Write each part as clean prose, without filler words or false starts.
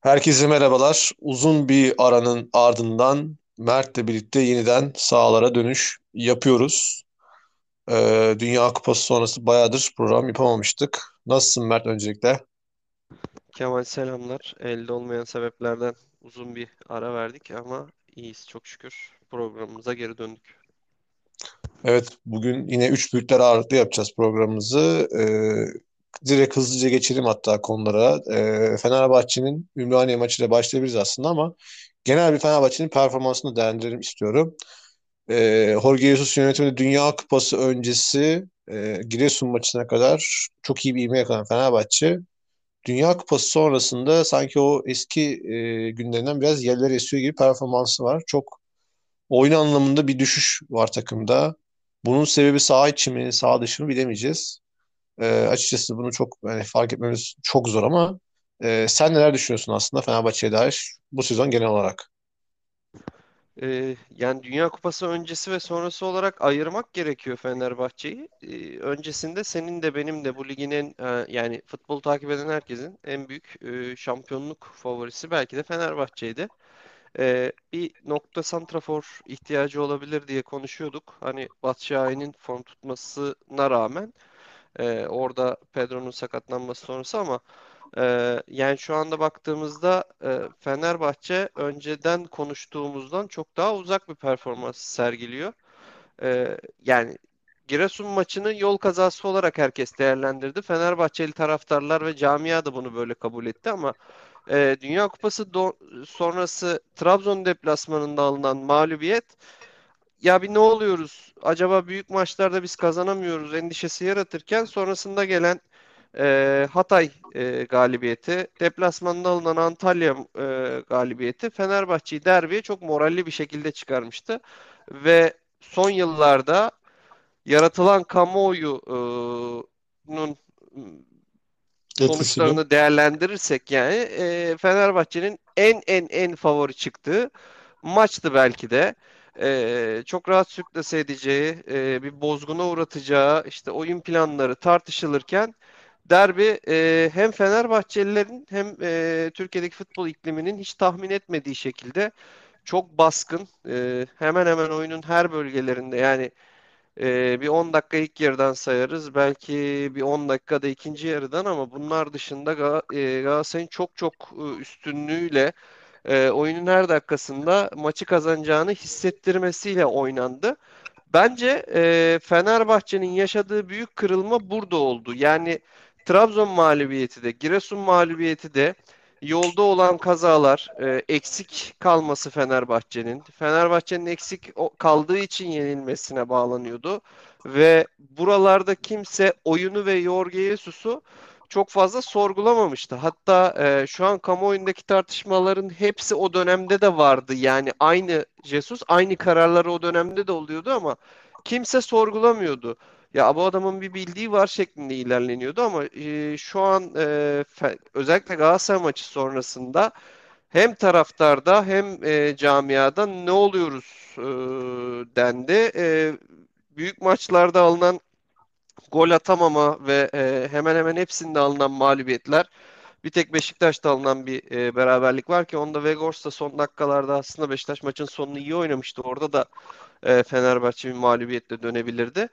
Herkese merhabalar. Uzun bir aranın ardından Mert'le birlikte yeniden sahalara dönüş yapıyoruz. Dünya Kupası sonrası bayağıdır program yapamamıştık. Nasılsın Mert öncelikle? Kemal selamlar. Elde olmayan sebeplerden uzun bir ara verdik ama iyiyiz çok şükür. Programımıza geri döndük. Evet, bugün yine üç büyükler ağırlıklı yapacağız programımızı. Direkt hızlıca geçelim hatta konulara. Fenerbahçe'nin Ümraniye maçıyla başlayabiliriz aslında ama genel bir Fenerbahçe'nin performansını değerlendirelim istiyorum. Jorge Jesus yönetiminde Dünya Kupası öncesi Giresun maçına kadar çok iyi bir ivme yakalayan Fenerbahçe. Dünya Kupası sonrasında sanki o eski günlerinden biraz yerler esiyor gibi performansı var. Çok oyun anlamında bir düşüş var takımda. Bunun sebebi saha içi mi, saha dışı mı bilemeyeceğiz. Açıkçası bunu çok yani fark etmemiz çok zor ama sen neler düşünüyorsun aslında Fenerbahçe'ye dair bu sezon genel olarak? Yani Dünya Kupası öncesi ve sonrası olarak ayırmak gerekiyor Fenerbahçe'yi. Öncesinde senin de benim de bu ligin yani futbol takip eden herkesin en büyük şampiyonluk favorisi belki de Fenerbahçe'ydi. Bir nokta santrafor ihtiyacı olabilir diye konuşuyorduk. Hani Batshuayi'nin form tutmasına rağmen orada Pedro'nun sakatlanması sonrası ama yani şu anda baktığımızda Fenerbahçe önceden konuştuğumuzdan çok daha uzak bir performans sergiliyor. Yani Giresun maçını yol kazası olarak herkes değerlendirdi. Fenerbahçeli taraftarlar ve camia da bunu böyle kabul etti ama Dünya Kupası sonrası Trabzon deplasmanında alınan mağlubiyet ya bir ne oluyoruz? Acaba büyük maçlarda biz kazanamıyoruz endişesi yaratırken sonrasında gelen Hatay galibiyeti, deplasmanda alınan Antalya galibiyeti Fenerbahçe'yi derbiye çok moralli bir şekilde çıkarmıştı. Ve son yıllarda yaratılan kamuoyunun Etkisiyle. sonuçlarını değerlendirirsek yani Fenerbahçe'nin en favori çıktığı maçtı belki de. Çok rahat sürklase edeceği, bir bozguna uğratacağı işte oyun planları tartışılırken derbi hem Fenerbahçelilerin hem Türkiye'deki futbol ikliminin hiç tahmin etmediği şekilde çok baskın, hemen hemen oyunun her bölgelerinde yani bir 10 dakika ilk yarıdan sayarız. Belki bir 10 dakikada ikinci yarıdan ama bunlar dışında Galatasaray'ın çok üstünlüğüyle oyunun her dakikasında maçı kazanacağını hissettirmesiyle oynandı. Bence Fenerbahçe'nin yaşadığı büyük kırılma burada oldu. Yani Trabzon mağlubiyeti de, Giresun mağlubiyeti de yolda olan kazalar, eksik kalması Fenerbahçe'nin eksik kaldığı için yenilmesine bağlanıyordu. Ve buralarda kimse oyunu ve Jorge Jesus'u çok fazla sorgulamamıştı. Hatta şu an kamuoyundaki tartışmaların hepsi o dönemde de vardı. Yani aynı Jesus, aynı kararları o dönemde de oluyordu ama kimse sorgulamıyordu. Ya bu adamın bir bildiği var şeklinde ilerleniyordu ama şu an özellikle Galatasaray maçı sonrasında hem taraftarda hem camiada ne oluyoruz dendi. Büyük maçlarda alınan gol atamama ve hemen hemen hepsinde alınan mağlubiyetler. Bir tek Beşiktaş'ta alınan bir beraberlik var ki onda Weghorst da son dakikalarda aslında Beşiktaş maçın sonunu iyi oynamıştı. Orada da Fenerbahçe bir mağlubiyetle dönebilirdi.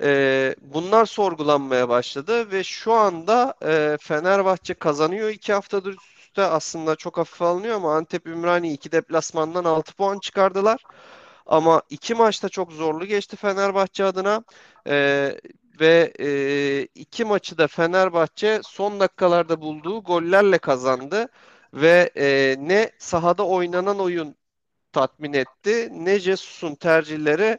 Bunlar sorgulanmaya başladı ve şu anda Fenerbahçe kazanıyor 2 haftadır üst üste aslında çok hafife alınıyor ama Antep Ümraniye iki deplasmandan 6 puan çıkardılar. Ama iki maçta çok zorlu geçti Fenerbahçe adına. Ee, ve iki maçı da Fenerbahçe son dakikalarda bulduğu gollerle kazandı. Ve ne sahada oynanan oyun tatmin etti. Ne Jesus'un tercihleri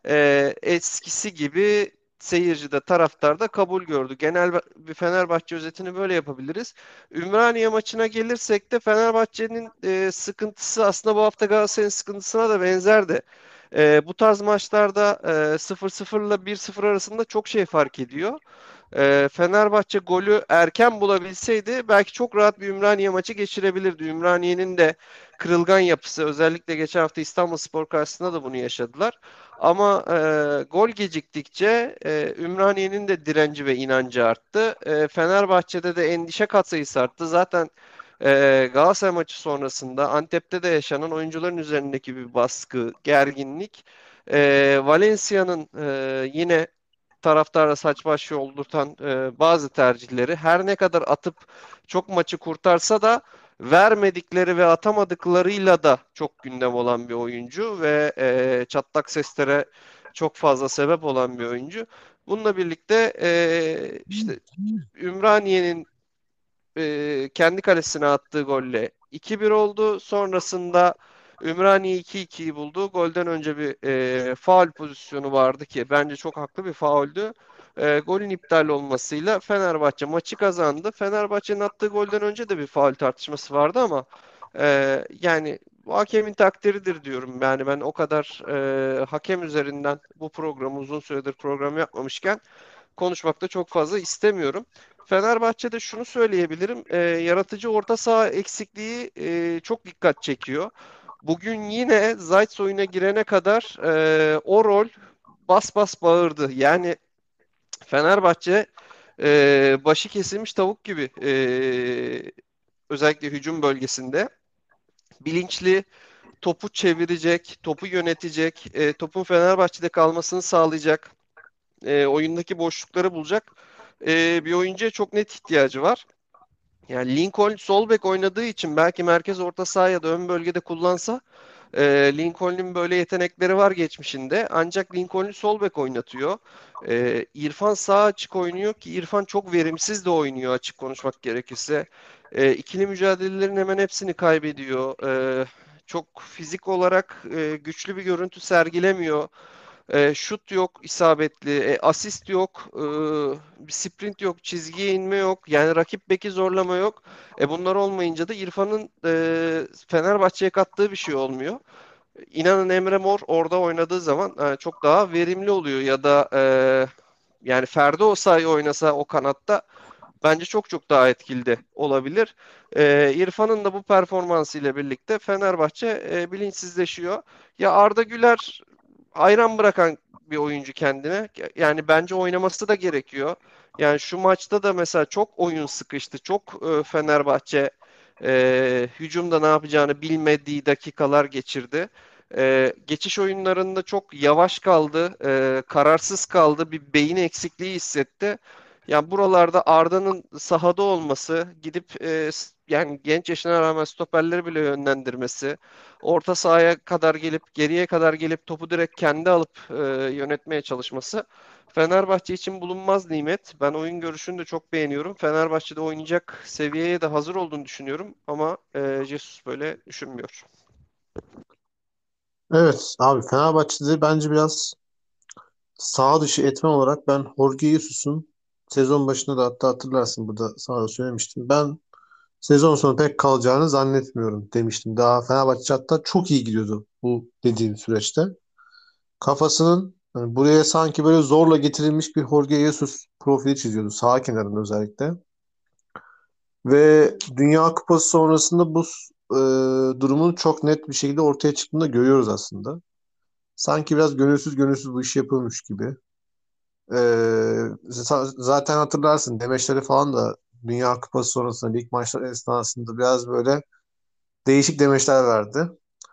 eskisi gibi seyircide, taraftarda kabul gördü. Genel bir Fenerbahçe özetini böyle yapabiliriz. Ümraniye maçına gelirsek de Fenerbahçe'nin sıkıntısı aslında bu hafta Galatasaray'ın sıkıntısına da benzerdi. Bu tarz maçlarda 0-0 ile 1-0 arasında çok şey fark ediyor. Fenerbahçe golü erken bulabilseydi belki çok rahat bir Ümraniye maçı geçirebilirdi. Ümraniye'nin de kırılgan yapısı özellikle geçen hafta İstanbulspor karşısında da bunu yaşadılar. Ama gol geciktikçe Ümraniye'nin de direnci ve inancı arttı. Fenerbahçe'de de endişe katsayısı arttı. Zaten Galatasaray maçı sonrasında Antep'te de yaşanan oyuncuların üzerindeki bir baskı, gerginlik, Valencia'nın yine taraftara saç baş yoldurtan bazı tercihleri her ne kadar atıp çok maçı kurtarsa da vermedikleri ve atamadıklarıyla da çok gündem olan bir oyuncu ve çatlak seslere çok fazla sebep olan bir oyuncu. Bununla birlikte işte Ümraniye'nin kendi kalesine attığı golle 2-1 oldu. Sonrasında Ümraniye 2-2'yi buldu. Golden önce bir faul pozisyonu vardı ki bence çok haklı bir fauldü. Golün iptal olmasıyla Fenerbahçe maçı kazandı. Fenerbahçe'nin attığı golden önce de bir faul tartışması vardı ama yani bu hakemin takdiridir diyorum. Yani ben o kadar hakem üzerinden bu programı uzun süredir program yapmamışken konuşmakta çok fazla istemiyorum. Fenerbahçe'de şunu söyleyebilirim. Yaratıcı orta saha eksikliği çok dikkat çekiyor. Bugün yine Zayt oyuna girene kadar o rol bas bas bağırdı. Yani Fenerbahçe başı kesilmiş tavuk gibi özellikle hücum bölgesinde bilinçli topu çevirecek, topu yönetecek, topun Fenerbahçe'de kalmasını sağlayacak, oyundaki boşlukları bulacak bir oyuncuya çok net ihtiyacı var. Yani Lincoln sol bek oynadığı için belki merkez orta saha ya da ön bölgede kullansa Lincoln'ün böyle yetenekleri var geçmişinde. Ancak Lincoln'ü sol bek oynatıyor. İrfan sağ açık oynuyor ki İrfan çok verimsiz de oynuyor açık konuşmak gerekirse. İkili mücadelelerin hemen hepsini kaybediyor. Çok fizik olarak güçlü bir görüntü sergilemiyor. Şut yok isabetli, asist yok, bir sprint yok, çizgiye inme yok. Yani rakip beki zorlama yok. Bunlar olmayınca da İrfan'ın Fenerbahçe'ye kattığı bir şey olmuyor. İnanın Emre Mor orada oynadığı zaman çok daha verimli oluyor ya da yani Ferdi Osayi oynasa o kanatta bence çok çok daha etkili de olabilir. İrfan'ın da bu performansıyla birlikte Fenerbahçe bilinçsizleşiyor. Ya Arda Güler hayran bırakan bir oyuncu kendine. Yani bence oynaması da gerekiyor. Yani şu maçta da mesela çok oyun sıkıştı. Çok Fenerbahçe hücumda ne yapacağını bilmediği dakikalar geçirdi. Geçiş oyunlarında çok yavaş kaldı, kararsız kaldı, bir beyin eksikliği hissetti. Yani buralarda Arda'nın sahada olması, gidip yani genç yaşına rağmen stoperleri bile yönlendirmesi, orta sahaya kadar gelip geriye kadar gelip topu direkt kendi alıp yönetmeye çalışması Fenerbahçe için bulunmaz nimet. Ben oyun görüşünü de çok beğeniyorum. Fenerbahçe'de oynayacak seviyeye de hazır olduğunu düşünüyorum ama Jesus böyle düşünmüyor. Evet abi, Fenerbahçe'de bence biraz sağ dışı etmen olarak ben Jorge Jesus'un sezon başında da, hatta hatırlarsın, burada sana da söylemiştim. Ben sezon sonu pek kalacağını zannetmiyorum demiştim. Daha Fenerbahçe hatta çok iyi gidiyordu bu dediğim süreçte. Kafasının hani buraya sanki böyle zorla getirilmiş bir Jorge Jesus profili çiziyordu. Sağ kenarında özellikle. Ve Dünya Kupası sonrasında bu durumun çok net bir şekilde ortaya çıktığını da görüyoruz aslında. Sanki biraz gönülsüz gönülsüz bu işi yapıyormuş gibi. Zaten hatırlarsın, demeçleri falan da Dünya Kupası sonrasında lig maçları esnasında biraz böyle değişik demeçler verdi.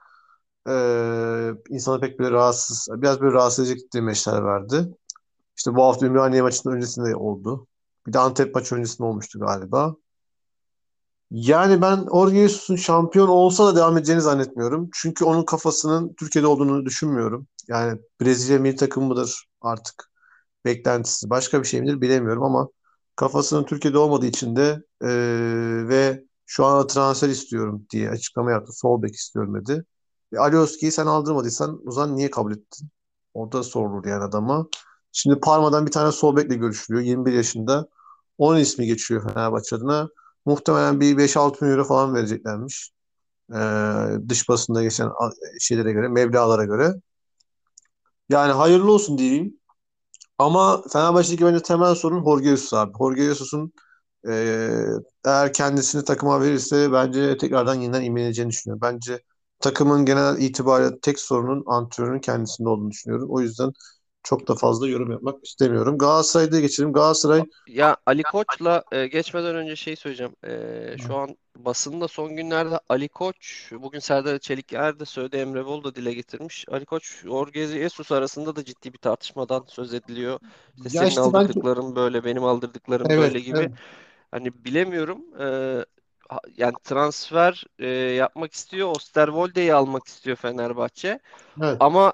İnsanı pek böyle rahatsız, biraz böyle rahatsız edecek demeçler verdi. İşte bu hafta Ümraniye maçının öncesinde oldu. Bir de Antep maçı öncesinde olmuştu galiba. Yani ben Jorge Jesus'un şampiyon olsa da devam edeceğini zannetmiyorum. Çünkü onun kafasının Türkiye'de olduğunu düşünmüyorum. Yani Brezilya milli takım mıdır artık, beklentisi başka bir şey midir bilemiyorum ama kafasının Türkiye'de olmadığı için de ve şu an transfer istiyorum diye açıklama yaptı. Sol bek istiyorum dedi. Alioski'yi sen aldırmadıysan o zaman niye kabul ettin? Orada sorulur yani adama. Şimdi Parma'dan bir tane sol bekle görüşülüyor. 21 yaşında. Onun ismi geçiyor Fenerbahçe adına. Muhtemelen bir 5-6 milyon euro falan vereceklermiş. Dış basında geçen şeylere göre, meblağlara göre. Yani hayırlı olsun diyeyim. Ama Fenerbahçe'deki bence temel sorun Jorge Jesus abi. Jorge Jesus'un eğer kendisini takıma verirse bence tekrardan yeniden ivmeleneceğini düşünüyorum. Bence takımın genel itibariyle tek sorunun antrenörün kendisinde olduğunu düşünüyorum. O yüzden Çok da fazla yorum yapmak istemiyorum. Galatasaray'da geçelim. Galatasaray Ya Ali Koç'la geçmeden önce şey söyleyeceğim. Şu an basında son günlerde Ali Koç, bugün Serdar Çelikyer de söyledi, Emre Bol da dile getirmiş. Ali Koç, Jorge Jesus arasında da ciddi bir tartışmadan söz ediliyor. İşte ya senin işte belki aldırdıkların böyle, benim aldırdıklarım evet, böyle gibi. evet, Hani bilemiyorum. Yani transfer yapmak istiyor. Osterwolde'yi almak istiyor Fenerbahçe. evet. Ama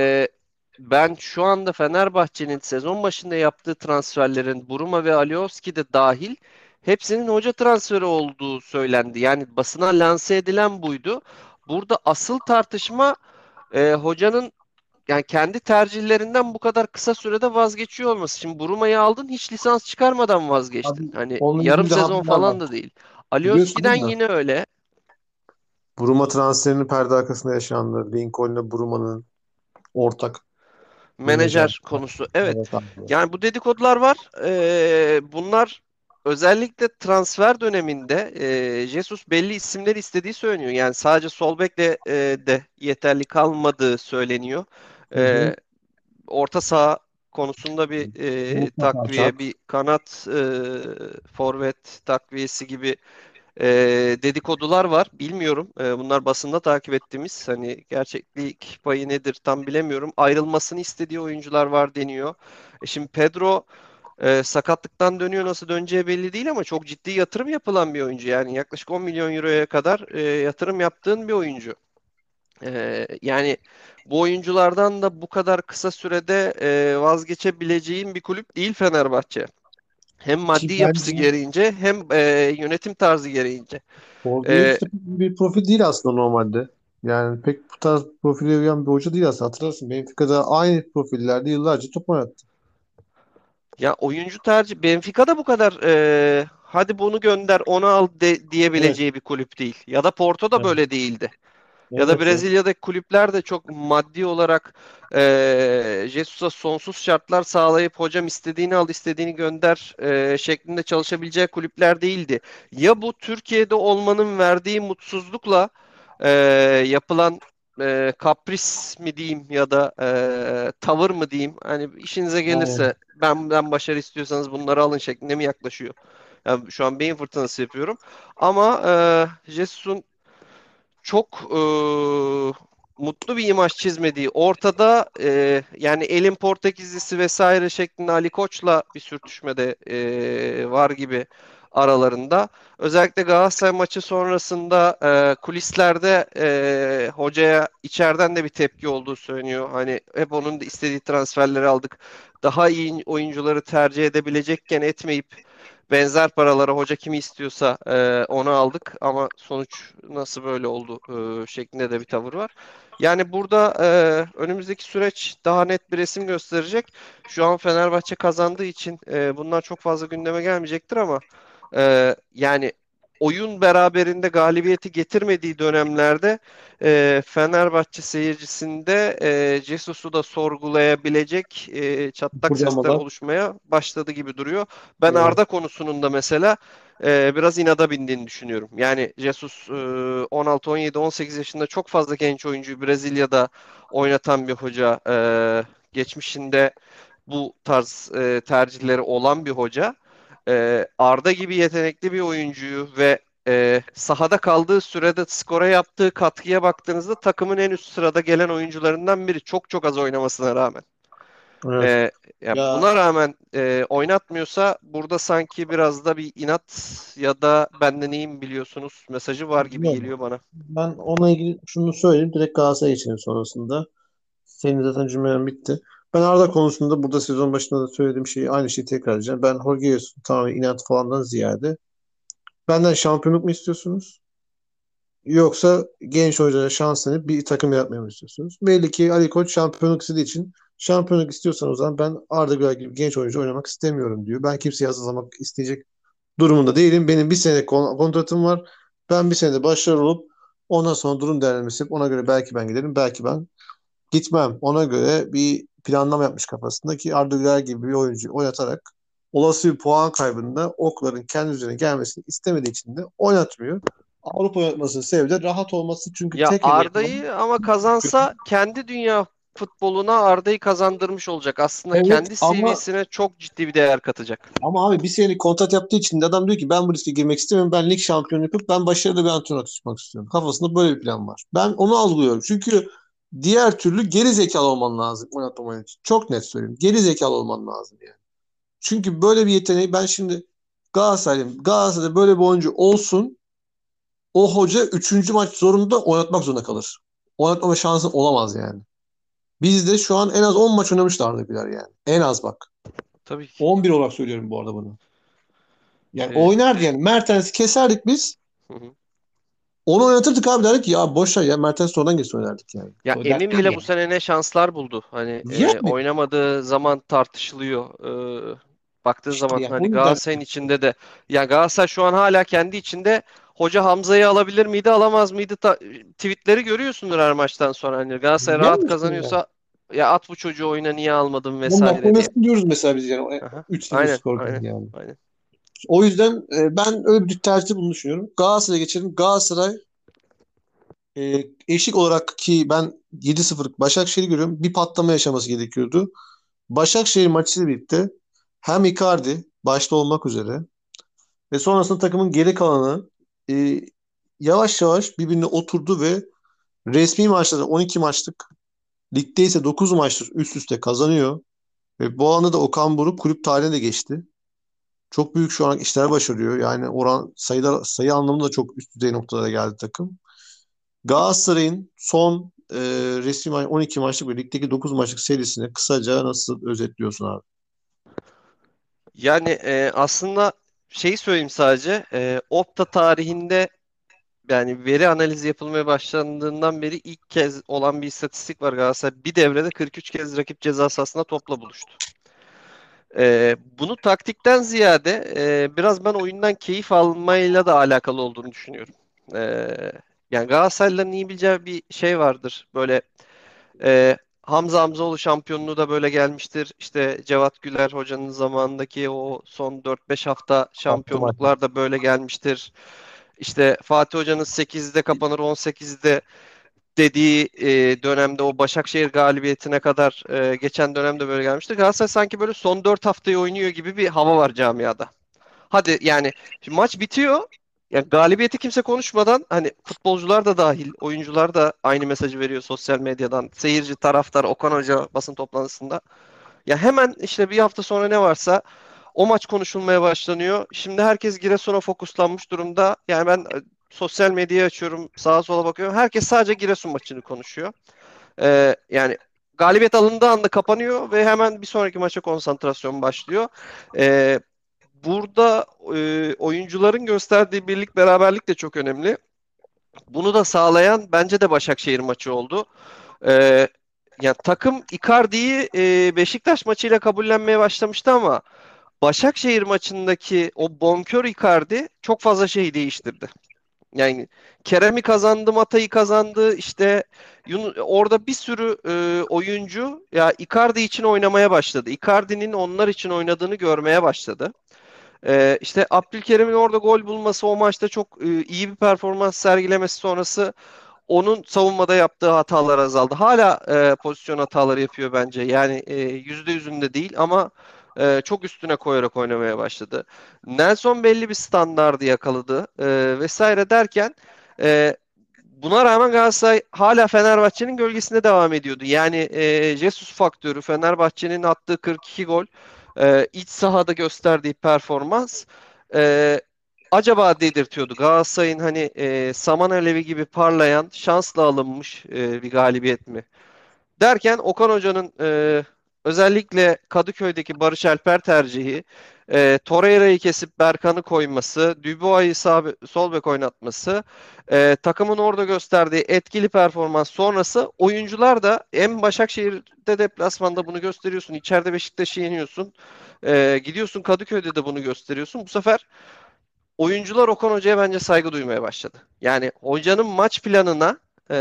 ben şu anda Fenerbahçe'nin sezon başında yaptığı transferlerin Buruma ve Alioski de dahil hepsinin hoca transferi olduğu söylendi. Yani basına lanse edilen buydu. Burada asıl tartışma hocanın yani kendi tercihlerinden bu kadar kısa sürede vazgeçiyor olması. Şimdi Buruma'yı aldın, hiç lisans çıkarmadan Abi, vazgeçtin. Hani onunla yarım ilgili de sezon haberler falan var. da değil. Biliyorsun Alioski'den değil mi? yine öyle. Buruma transferinin perde arkasında yaşandı. Lincoln'la Buruma'nın ortak menajer. Menajer konusu. Evet. Evet abi. Yani bu dedikodular var. Bunlar özellikle transfer döneminde Jesus belli isimleri istediği söyleniyor. Yani sadece sol bekle de yeterli kalmadığı söyleniyor. Hı hı. Ee, Orta saha konusunda bir Mutlaka takviye, şart. bir kanat forvet takviyesi gibi dedikodular var. Bilmiyorum. Bunlar basında takip ettiğimiz. Hani gerçeklik payı nedir tam bilemiyorum. Ayrılmasını istediği oyuncular var deniyor. Şimdi Pedro sakatlıktan dönüyor. Nasıl döneceği belli değil ama çok ciddi yatırım yapılan bir oyuncu. Yani yaklaşık 10 milyon euroya kadar yatırım yaptığın bir oyuncu. Yani bu oyunculardan da bu kadar kısa sürede vazgeçebileceğin bir kulüp değil Fenerbahçe. Hem Ki maddi yapısı bence gereğince hem yönetim tarzı gereğince. Jorge E, Jesus da bir profil değil aslında normalde. Yani pek bu tarz profile uyan bir hoca değil aslında. Hatırlarsın Benfica'da aynı profillerde yıllarca top oynattı. Ya oyuncu tercih Benfica'da bu kadar hadi bunu gönder onu al Evet. diyebileceği bir kulüp değil. Ya da Porto'da Evet. böyle değildi. Ya da Evet ya. Brezilya'daki kulüpler de çok maddi olarak Jesus'a sonsuz şartlar sağlayıp hocam istediğini al istediğini gönder şeklinde çalışabileceği kulüpler değildi. Ya bu Türkiye'de olmanın verdiği mutsuzlukla e, yapılan kapris mi diyeyim ya da tavır mı diyeyim, hani işinize gelirse Aynen. benden başarı istiyorsanız bunları alın şeklinde mi yaklaşıyor? Yani şu an beyin fırtınası yapıyorum. Ama Jesus'un çok mutlu bir imaj çizmediği ortada. Yani elin Portekizlisi vesaire şeklinde Ali Koç'la bir sürtüşme de var gibi aralarında. Özellikle Galatasaray maçı sonrasında kulislerde hocaya içeriden de bir tepki olduğu söyleniyor. Hani hep onun da istediği transferleri aldık. Daha iyi oyuncuları tercih edebilecekken etmeyip benzer paralara hoca kimi istiyorsa onu aldık ama sonuç nasıl böyle oldu şeklinde de bir tavır var. Yani burada önümüzdeki süreç daha net bir resim gösterecek. Şu an Fenerbahçe kazandığı için bunlar çok fazla gündeme gelmeyecektir ama yani oyun beraberinde galibiyeti getirmediği dönemlerde Fenerbahçe seyircisinde Jesus'u da sorgulayabilecek çatlak sesler Kıpırdamalar. oluşmaya başladı gibi duruyor. Ben Evet. Arda konusunun da mesela biraz inada bindiğini düşünüyorum. Yani Jesus 16, 17, 18 yaşında çok fazla genç oyuncuyu Brezilya'da oynatan bir hoca. Geçmişinde bu tarz tercihleri olan bir hoca. Arda gibi yetenekli bir oyuncuyu ve sahada kaldığı sürede skora yaptığı katkıya baktığınızda takımın en üst sırada gelen oyuncularından biri. Çok çok az oynamasına rağmen. Evet. Ee, Ya Ya buna rağmen oynatmıyorsa burada sanki biraz da bir inat ya da benden iyiyim biliyorsunuz mesajı var gibi yok. geliyor bana. Ben onunla ilgili şunu söyleyeyim. Direkt Galatasaray'a geçelim sonrasında. Senin zaten cümlen bitti. Ben Arda konusunda burada sezon başında da söylediğim şeyi aynı şeyi tekrar edeceğim. Ben Jorge Jesus'un tamamen inat falandan ziyade benden şampiyonluk mu istiyorsunuz? Yoksa genç hocalara şans tanıyıp bir takım yaratmaya mı istiyorsunuz? Belli ki Ali Koç şampiyonluk istediği için şampiyonluk istiyorsan o zaman ben Arda Güler gibi genç oyuncu oynamak istemiyorum diyor. Ben kimseye yazılamak isteyecek durumunda değilim. Benim bir senelik kontratım var. Ben bir senede başarılı olup ondan sonra durum değerlendirmesi yapıp ona göre belki ben giderim, belki ben gitmem. Ona göre bir planlama yapmış kafasında ki Arda Güler gibi bir oyuncu oynatarak olası bir puan kaybında okların kendi üzerine gelmesini istemediği için de oynatmıyor. Avrupa oynatmasının sebebi de rahat olması. Çünkü Ya tek hedef olan Arda'yı ama kazansa kendi dünya futboluna Arda'yı kazandırmış olacak. Aslında Evet kendi ama CV'sine çok ciddi bir değer katacak. abi bir senelik kontrat yaptığı için de adam diyor ki ben bu riske girmek istemiyorum. Ben lig şampiyonu yapıp ben başarılı bir antrenör tutmak istiyorum. Kafasında böyle bir plan var. Ben onu algılıyorum. Çünkü diğer türlü geri zekalı olman lazım oynatmaman için. Çok net söyleyeyim. Geri zekalı olman lazım yani. Çünkü böyle bir yeteneği ben şimdi Galatasaray'ım. Galatasaray'da böyle bir oyuncu olsun. O hoca üçüncü maç zorunda oynatmak zorunda kalır. Oynatmama şansı olamaz yani. Bizde şu an en az 10 maç oynamışlardı birer yani. En az bak. Tabii ki. 11 olarak söylüyorum bu arada bunu. Yani Ee, oynardı yani. Mertens'i keserdik biz. hı hı. Onu oynatırdık abi, derdik ki ya boş ver ya, Mertens sonradan geçsin oynardık yani. Ya O dert Emin değil bile bu yani. sene ne şanslar buldu. Hani Yani oynamadığı zaman tartışılıyor. Baktığın işte zaman yani hani o yüzden Galatasaray'ın içinde de ya Galatasaray şu an hala kendi içinde hoca Hamza'yı alabilir miydi, alamaz mıydı? Tweetleri görüyorsundur her maçtan sonra. Hani Galatasaray rahat yani işte yani. kazanıyorsa ya at bu çocuğu oyuna niye almadın 10 dakika vesaire diye. oynasın diyoruz mesela biz yani. Aha. 3-0 Aynen, skorken aynen, yani. aynen. O yüzden ben öyle bir tercihte bunu düşünüyorum. Galatasaray'a geçelim. Galatasaray eşik olarak ki ben 7-0'lık Başakşehir'i görüyorum. Bir patlama yaşaması gerekiyordu. Başakşehir maçıyla birlikte hem Icardi başta olmak üzere ve sonrasında takımın geri kalanı e, yavaş yavaş birbirine oturdu ve resmi maçlarda 12 maçlık, ligde ise 9 maçtır üst üste kazanıyor. Ve bu alanda da Okan Buruk kulüp tarihine de geçti. Çok büyük şu an işler başarıyor. Yani sayı anlamında çok üst düzey noktalara geldi takım. Galatasaray'ın son resmi 12 maçlık ve ligdeki 9 maçlık serisini kısaca nasıl özetliyorsun abi? Yani aslında şeyi söyleyeyim sadece. Opta tarihinde yani veri analizi yapılmaya başlandığından beri ilk kez olan bir istatistik var. Galatasaray bir devrede 43 kez rakip ceza sahasında topla buluştu. Bunu taktikten ziyade biraz ben oyundan keyif almayla da alakalı olduğunu düşünüyorum. Yani Galatasaraylıların iyi bileceği bir şey vardır. Böyle Hamza Hamzaoğlu şampiyonluğu da böyle gelmiştir. İşte Cevat Güler hocanın zamanındaki o son 4-5 hafta Attı maç. şampiyonluklar da böyle gelmiştir. İşte Fatih Hoca'nın 8'de kapanır 18'de dediği dönemde o Başakşehir galibiyetine kadar geçen dönemde böyle gelmişti. Galatasaray sanki böyle son 4 haftayı oynuyor gibi bir hava var camiada. Hadi yani şimdi maç bitiyor. Ya galibiyeti kimse konuşmadan hani futbolcular da dahil, oyuncular da aynı mesajı veriyor sosyal medyadan. Seyirci, taraftar, Okan Hoca basın toplantısında. Ya hemen işte bir hafta sonra ne varsa o maç konuşulmaya başlanıyor. Şimdi herkes Giresun'a fokuslanmış durumda. Yani ben sosyal medyayı açıyorum, sağa sola bakıyorum. Herkes sadece Giresun maçını konuşuyor. Yani galibiyet alındığı anda kapanıyor ve hemen bir sonraki maça konsantrasyon başlıyor. Ee, Burada oyuncuların gösterdiği birlik beraberlik de çok önemli. Bunu da sağlayan bence de Başakşehir maçı oldu. Ee, Ya takım Icardi'yi Beşiktaş maçıyla kabullenmeye başlamıştı ama Başakşehir maçındaki o bonkör Icardi çok fazla şey değiştirdi. Yani Kerem'i kazandı, Mata'yı kazandı. İşte orada bir sürü oyuncu ya Icardi için oynamaya başladı. Icardi'nin onlar için oynadığını görmeye başladı. İşte Abdülkerim'in orada gol bulması o maçta çok iyi bir performans sergilemesi sonrası onun savunmada yaptığı hatalar azaldı. Hala pozisyon hataları yapıyor bence. Yani %100'ünde değil ama çok üstüne koyarak oynamaya başladı. Nelson belli bir standardı yakaladı vesaire derken e, buna rağmen Galatasaray hala Fenerbahçe'nin gölgesinde devam ediyordu. Yani Jesus faktörü, Fenerbahçe'nin attığı 42 gol, iç sahada gösterdiği performans e, acaba dedirtiyordu. Galatasaray'ın hani saman alevi gibi parlayan, şansla alınmış bir galibiyet mi? Derken Okan Hoca'nın özellikle Kadıköy'deki Barış Alper tercihi, Torreira'yı kesip Berkan'ı koyması, Dubois'ı sol bek oynatması, takımın orada gösterdiği etkili performans sonrası oyuncular da hem Başakşehir'de deplasmanda bunu gösteriyorsun, içeride Beşiktaş'ı yeniyorsun, gidiyorsun Kadıköy'de de bunu gösteriyorsun. Bu sefer oyuncular Okan Hoca'ya bence saygı duymaya başladı. Yani hocanın maç planına,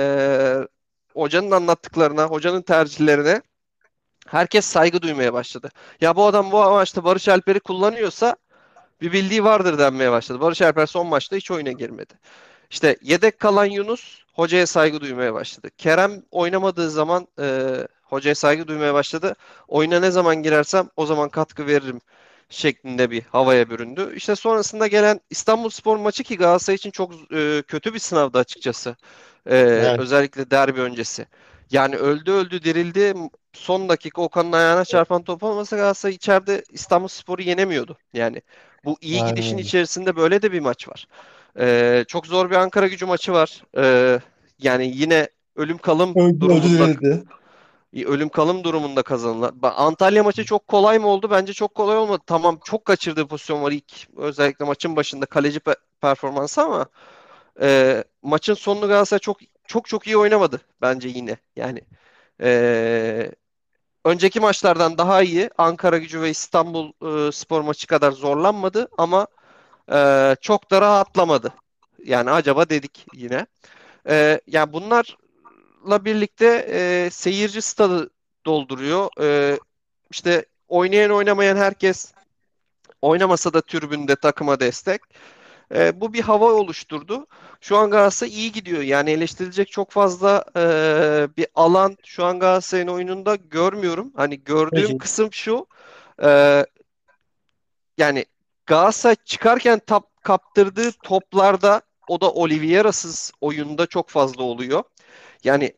hocanın anlattıklarına, hocanın tercihlerine herkes saygı duymaya başladı. Ya bu adam bu maçta Barış Alper'i kullanıyorsa bir bildiği vardır denmeye başladı. Barış Alper son maçta hiç oyuna girmedi. İşte yedek kalan Yunus hocaya saygı duymaya başladı. Kerem oynamadığı zaman hocaya saygı duymaya başladı. Oyuna ne zaman girersem o zaman katkı veririm şeklinde bir havaya büründü. İşte sonrasında gelen İstanbulspor maçı ki Galatasaray için çok kötü bir sınavdı açıkçası. Evet. Özellikle derbi öncesi. Yani öldü öldü dirildi. Son dakika Okan'ın ayağına çarpan top olmasa Galatasaray içeride İstanbulspor'u yenemiyordu. Yani bu iyi Aynen gidişin öyle. içerisinde böyle de bir maç var. Çok zor bir Ankara maçı var. Yani yine ölüm kalım Öldü öldü durumunda verildi. ölüm kalım durumunda kazanılan. Antalya maçı çok kolay mı oldu? Bence çok kolay olmadı. Tamam, çok kaçırdığı pozisyon var ilk, özellikle maçın başında kaleci performansı, ama maçın sonunu Galatasaray çok çok çok iyi oynamadı bence yine. Yani e, önceki maçlardan daha iyi. Ankara ve İstanbul Spor maçı kadar zorlanmadı ama çok da rahatlamadı. Yani acaba dedik yine. Yani bunlarla birlikte seyirci stadı dolduruyor. İşte oynayan oynamayan herkes, oynamasa da tribünde takıma destek. Bu bir hava oluşturdu. Şu an Galatasaray iyi gidiyor. Yani eleştirilecek çok fazla bir alan şu an Galatasaray'ın oyununda görmüyorum. Hani gördüğüm Peki. kısım şu. e, Yani Galatasaray çıkarken kaptırdığı toplarda, o da Oliveira'sız oyunda çok fazla oluyor. Yani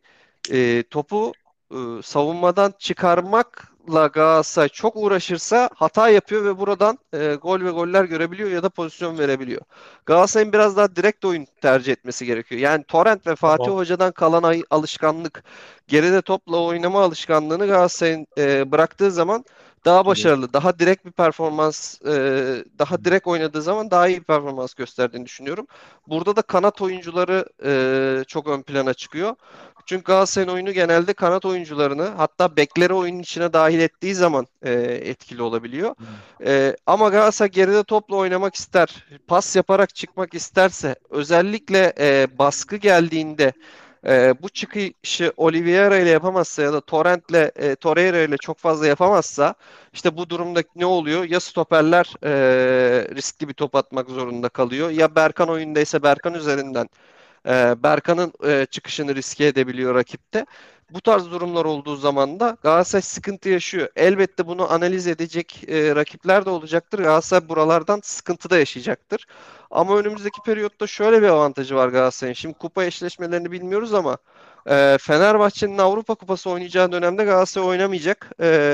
topu savunmadan çıkarmakla Galatasaray çok uğraşırsa hata yapıyor ve buradan gol ve goller görebiliyor ya da pozisyon verebiliyor. Galatasaray'ın biraz daha direkt oyun tercih etmesi gerekiyor. Yani Torrent ve Fatih Tamam. Hoca'dan kalan alışkanlık, geride topla oynama alışkanlığını Galatasaray'ın bıraktığı zaman daha Katılıyorum. başarılı, daha direkt bir performans, daha direkt oynadığı zaman daha iyi bir performans gösterdiğini düşünüyorum. Burada da kanat oyuncuları çok ön plana çıkıyor. Çünkü Galatasaray'ın oyunu genelde kanat oyuncularını, hatta bekleri oyunun içine dahil ettiği zaman etkili olabiliyor. Ama Galatasaray geride topla oynamak ister, pas yaparak çıkmak isterse, özellikle baskı geldiğinde bu çıkışı Oliveira ile yapamazsa ya da Torreira ile çok fazla yapamazsa, işte bu durumda ne oluyor? Ya stoperler riskli bir top atmak zorunda kalıyor, ya Berkan oyundaysa Berkan üzerinden Berkan'ın çıkışını riske edebiliyor rakipte. Bu tarz durumlar olduğu zaman da Galatasaray sıkıntı yaşıyor. Elbette bunu analiz edecek rakipler de olacaktır. Galatasaray buralardan sıkıntı da yaşayacaktır. Ama önümüzdeki periyotta şöyle bir avantajı var Galatasaray'ın. Şimdi kupa eşleşmelerini bilmiyoruz ama Fenerbahçe'nin Avrupa Kupası oynayacağı dönemde Galatasaray oynamayacak.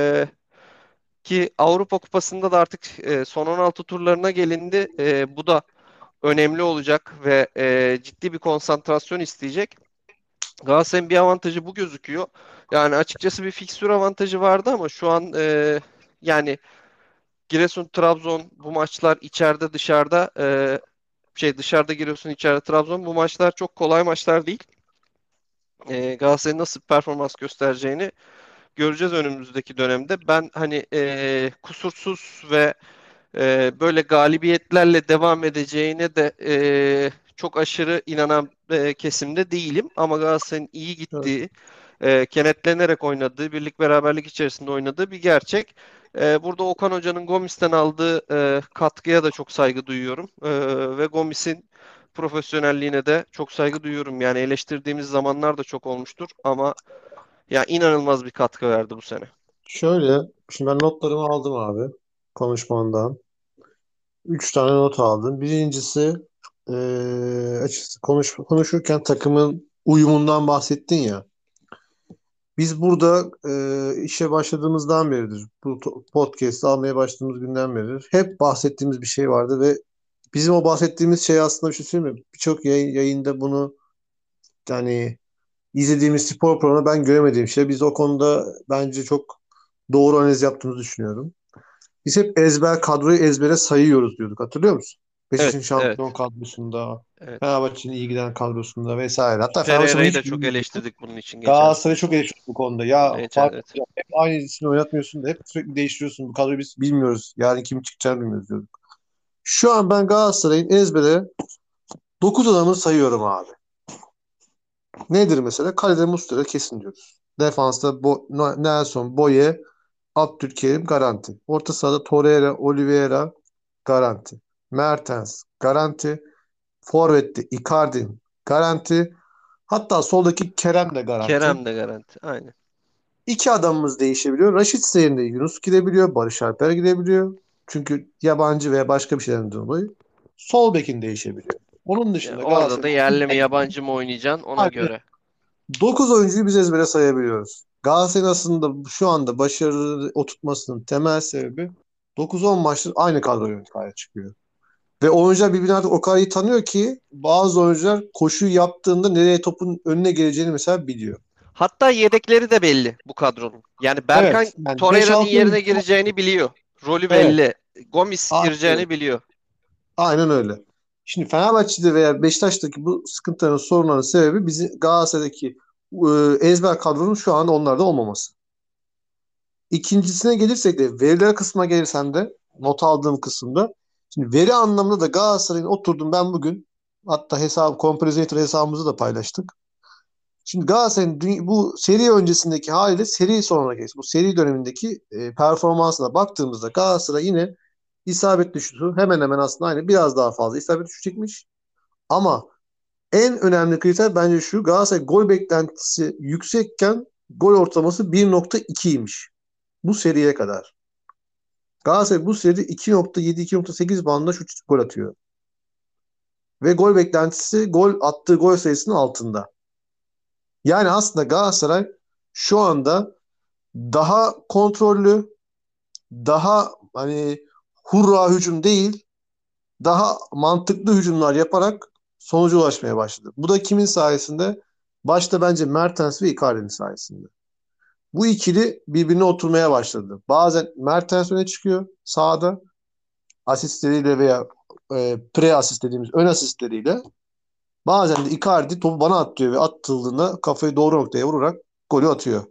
Ki Avrupa Kupası'nda da artık son 16 turlarına gelindi. Bu da önemli olacak ve ciddi bir konsantrasyon isteyecek. Galatasaray'ın bir avantajı bu gözüküyor. Yani açıkçası bir fikstür avantajı vardı ama şu an yani Giresun, Trabzon bu maçlar, içeride dışarıda dışarıda Giresun, içeride Trabzon, bu maçlar çok kolay maçlar değil. Galatasaray'ın nasıl bir performans göstereceğini göreceğiz önümüzdeki dönemde. Ben hani kusursuz ve böyle galibiyetlerle devam edeceğine de çok aşırı inanan kesimde değilim. Ama Galatasaray'ın iyi Evet. gittiği, kenetlenerek oynadığı, birlik beraberlik içerisinde oynadığı bir gerçek. Burada Okan Hoca'nın Gomis'ten aldığı katkıya da çok saygı duyuyorum. Ve Gomis'in profesyonelliğine de çok saygı duyuyorum. Yani eleştirdiğimiz zamanlar da çok olmuştur ama ya inanılmaz bir katkı verdi bu sene. Şöyle, şimdi ben notlarımı aldım abi konuşmandan. Üç tane not aldım. Birincisi açıkçası konuşurken takımın uyumundan bahsettin ya. Biz burada işe başladığımızdan beridir, bu podcast'ı almaya başladığımız günden beridir hep bahsettiğimiz bir şey vardı ve bizim o bahsettiğimiz şey aslında bir şey söyleyeyim mi? Birçok yayında bunu yani izlediğimiz spor programında ben göremediğim şey. Biz o konuda bence çok doğru analiz yaptığımızı düşünüyorum. Biz hep kadroyu ezbere sayıyoruz diyorduk. Hatırlıyor musun? Beşiktaş'ın Evet, şampiyon evet, kadrosunda, evet. Fenerbahçe'nin iyi giden kadrosunda vesaire. Hatta Fenerbahçe bunu Ferreira'yı da hiç çok bilmiyorduk. eleştirdik bunun için geçen Galatasaray'ı çok eleştirdik bu konuda. Ya fark evet. ya hep aynı ismi oynatmıyorsun da hep sürekli değiştiriyorsun. Bu kadroyu biz bilmiyoruz. Yani kim çıkacağını bilmiyoruz diyorduk. Şu an ben Galatasaray'ın ezbere 9 adamını sayıyorum abi. Nedir mesela? Kalede Muslera kesin diyoruz. Defansta Nelson, Boye, Abdülkerim garanti. Orta sahada Torreira, Oliveira garanti. Mertens garanti. Forvet'te Icardi garanti. Hatta soldaki Kerem de garanti. Kerem de garanti. Aynen. İki adamımız değişebiliyor. Raşit yerine Yunus girebiliyor. Barış Alper girebiliyor. Çünkü yabancı veya başka bir şeyden dolayı. Sol bekin değişebiliyor. Onun Ya dışında orada da Galatasaray'ın yerli mi yabancı mı oynayacaksın ona göre. 9 oyuncuyu biz ezbere sayabiliyoruz. Galatasaray'ın aslında şu anda başarılı oturtmasının temel sebebi 9-10 maçtır aynı kadroyla sahaya çıkıyor. Ve oyuncular birbirini artık o kadar iyi tanıyor ki bazı oyuncular koşuyu yaptığında nereye topun önüne geleceğini mesela biliyor. Hatta yedekleri de belli bu kadronun. Yani Berkan Evet. Yani Torreira'nın 5-6 oyuncu. yerine gireceğini biliyor. Rolü Evet. belli. Gomis Aynen, gireceğini biliyor. aynen öyle. Şimdi Fenerbahçe'de veya Beşiktaş'taki bu sıkıntıların, sorunların sebebi bizi Galatasaray'daki ezber kadronun şu anda onlarda olmaması. İkincisine gelirsek de veriler kısmına gelirsem de not aldığım kısımda şimdi veri anlamında da Galatasaray'ın oturdum ben bugün, hatta hesabı Composer hesabımızı da paylaştık. Şimdi Galatasaray'ın bu seri öncesindeki haliyle seri sonraki bu seri dönemindeki performansına baktığımızda Galatasaray yine isabet şutu hemen hemen aslında aynı, biraz daha fazla isabet şutu çekmiş. Ama en önemli kriter bence şu: Galatasaray gol beklentisi yüksekken gol ortalaması 1.2'ymiş bu seriye kadar. Galatasaray bu seride 2.7-2.8 bandında şut gol atıyor. Ve gol beklentisi attığı gol sayısının altında. Yani aslında Galatasaray şu anda daha kontrollü, daha hani hurra hücum değil, daha mantıklı hücumlar yaparak sonuca ulaşmaya başladı. Bu da kimin sayesinde? Başta bence Mertens ve Icardi'nin sayesinde. Bu ikili birbirine oturmaya başladı. Bazen Mertens öne çıkıyor sahada asistleriyle veya pre asist dediğimiz ön asistleriyle. Bazen de Icardi topu bana at diyor ve atıldığında kafayı doğru noktaya vurarak golü atıyor.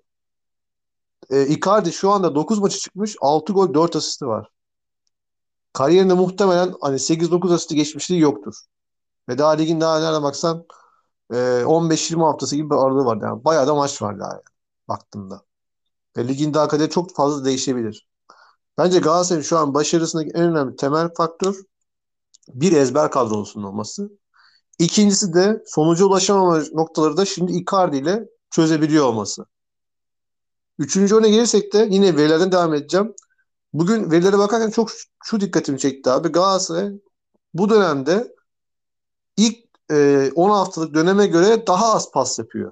Icardi şu anda 9 maçı çıkmış, 6 gol 4 asisti var. Kariyerinde muhtemelen hani 8-9 asisti geçmişliği yoktur. Ve daha ligin daha nereden baksan 15-20 haftası gibi bir aralığı var. Yani bayağı da maç var daha yani, baktığında. Ve ligin daha kaderi çok fazla değişebilir. Bence Galatasaray'ın şu an başarısındaki en önemli temel faktör bir, ezber kadrosunun olması. İkincisi de sonuca ulaşamama noktaları da şimdi Icardi ile çözebiliyor olması. Üçüncü örneğe gelirsek de yine verilerden devam edeceğim. Bugün verilere bakarken çok şu dikkatimi çekti abi. Galatasaray bu dönemde ilk 10 haftalık döneme göre daha az pas yapıyor.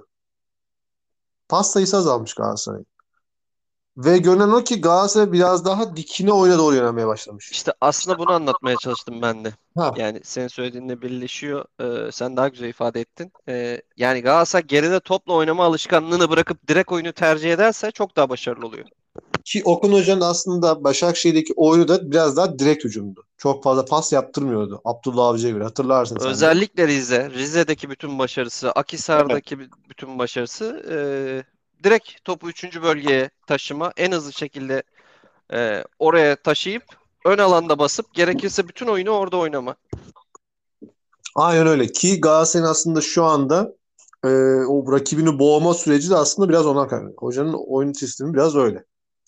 Pas sayısı azalmış Galatasaray. Ve görünen o ki Galatasaray biraz daha dikine oyuna doğru yönelmeye başlamış. İşte aslında bunu anlatmaya çalıştım ben de. Ha. Yani senin söylediğinle birleşiyor. Sen daha güzel ifade ettin. Yani Galatasaray geride topla oynama alışkanlığını bırakıp direkt oyunu tercih ederse çok daha başarılı oluyor. Ki Okan Hoca'nın aslında Başakşehir'deki oyunu da biraz daha direkt hücumdu. Çok fazla pas yaptırmıyordu Abdullah Avcı'ya göre. Hatırlarsın sen de. Özellikle Rize'deki bütün başarısı, Evet. Akhisar'daki bütün başarısı direkt topu üçüncü bölgeye taşıma, en hızlı şekilde oraya taşıyıp ön alanda basıp gerekirse bütün oyunu orada oynama. Aynen öyle ki Galatasaray'ın aslında şu anda e, o rakibini boğma süreci de aslında biraz ona kaynaklı. Hocanın oyun sistemi biraz öyle.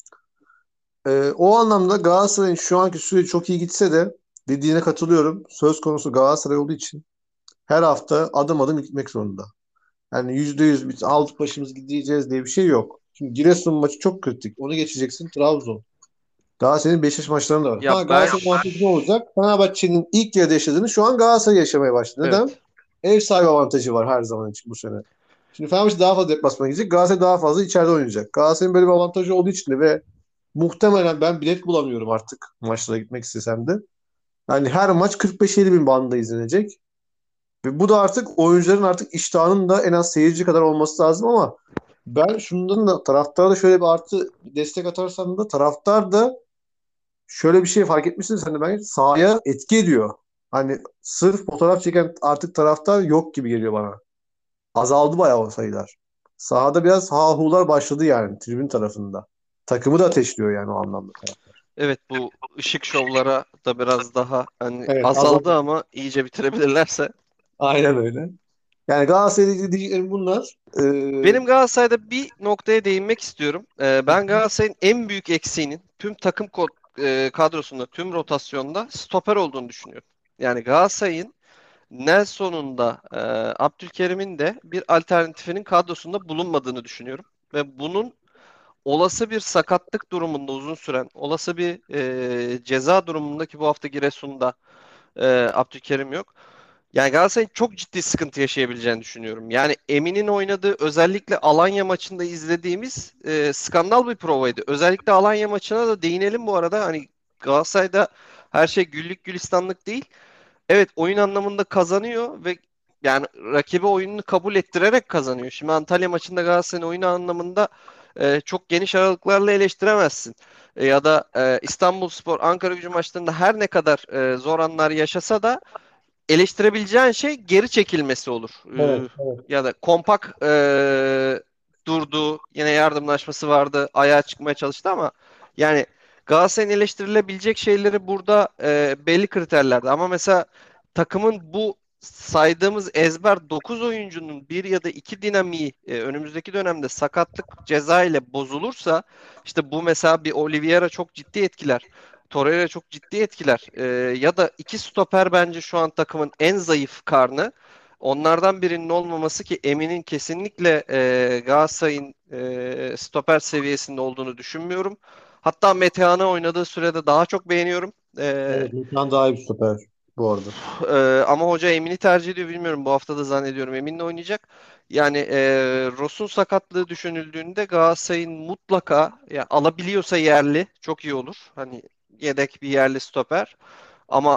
O anlamda Galatasaray'ın şu anki süreci çok iyi gitse de dediğine katılıyorum. Söz konusu Galatasaray olduğu için her hafta adım adım gitmek zorunda. Yani %100 biz aldık başımız gideceğiz diye bir şey yok. Şimdi Giresun maçı çok kritik. Onu geçeceksin, Trabzon. Galatasaray'ın Beşiktaş maçlarında var. Ya Ha, ben Galatasaray muhabbeti ne olacak? Fenerbahçe'nin ilk yarıda yaşadığını şu an Galatasaray yaşamaya başladı. Neden? evet. Ev sahibi avantajı var her zaman için bu sene. Şimdi Fenerbahçe daha fazla deplasmana gidecek. Galatasaray daha fazla içeride oynayacak. Galatasaray'ın böyle bir avantajı olduğu için de ve muhtemelen ben bilet bulamıyorum artık maçlara gitmek istesem de. Yani her maç 45-50 bin bandında izlenecek. Ve bu da artık oyuncuların artık iştahının da en az seyirci kadar olması lazım ama ben şundan da taraftara da şöyle bir artı bir destek atarsan da taraftar da şöyle bir şey fark etmişsiniz hani ben sahaya etki ediyor. Hani sırf fotoğraf çeken artık taraftar yok gibi geliyor bana. Azaldı bayağı o sayılar. Sahada biraz ha-hular başladı yani tribün tarafında. Takımı da ateşliyor yani o anlamda taraftar. Evet, bu ışık şovlara da biraz daha hani Evet, azaldı azaldı. ama iyice bitirebilirlerse. Aynen öyle. Yani Galatasaray'da diyeceklerim bunlar. Benim Galatasaray'da bir noktaya değinmek istiyorum. Ben Galatasaray'ın en büyük eksiğinin tüm kadrosunda, tüm rotasyonda stoper olduğunu düşünüyorum. Yani Galatasaray'ın Nelson'un da Abdülkerim'in de bir alternatifinin kadrosunda bulunmadığını düşünüyorum. Ve bunun olası bir sakatlık durumunda uzun süren, olası bir ceza durumunda ki bu hafta Giresun'da Abdülkerim yok. Yani Galatasaray'ın çok ciddi sıkıntı yaşayabileceğini düşünüyorum. Yani Emin'in oynadığı özellikle Alanya maçında izlediğimiz skandal bir provaydı. Özellikle Alanya maçına da değinelim bu arada. Hani Galatasaray'da her şey güllük gülistanlık değil. Evet, oyun anlamında kazanıyor ve yani rakibe oyununu kabul ettirerek kazanıyor. Şimdi Antalya maçında Galatasaray'ın oyunu anlamında çok geniş aralıklarla eleştiremezsin. Ya da İstanbulspor, Ankaragücü maçlarında her ne kadar zor anlar yaşasa da eleştirebileceğin şey geri çekilmesi olur. Evet, evet. Ya da kompak durdu. Yine yardımlaşması vardı. Ayağa çıkmaya çalıştı ama yani Galatasaray'ın eleştirilebilecek şeyleri burada belli kriterlerde. Ama mesela takımın bu saydığımız ezber 9 oyuncunun bir ya da iki dinamiği önümüzdeki dönemde sakatlık ceza ile bozulursa işte bu mesela bir Oliveira çok ciddi etkiler. Torreira çok ciddi etkiler. Ya da iki stoper bence şu an takımın en zayıf karnı. Onlardan birinin olmaması ki Emin'in kesinlikle Galatasaray'ın stoper seviyesinde olduğunu düşünmüyorum. Hatta Metehan'ı oynadığı sürede daha çok beğeniyorum. Evet, Lütfen daha iyi bir stoper bu arada. Ama hoca Emin'i tercih ediyor bilmiyorum. Bu hafta da zannediyorum Emin'le oynayacak. Yani Ross'un sakatlığı düşünüldüğünde Galatasaray'ın mutlaka ya alabiliyorsa yerli çok iyi olur. Hani yedek bir yerli stoper. Ama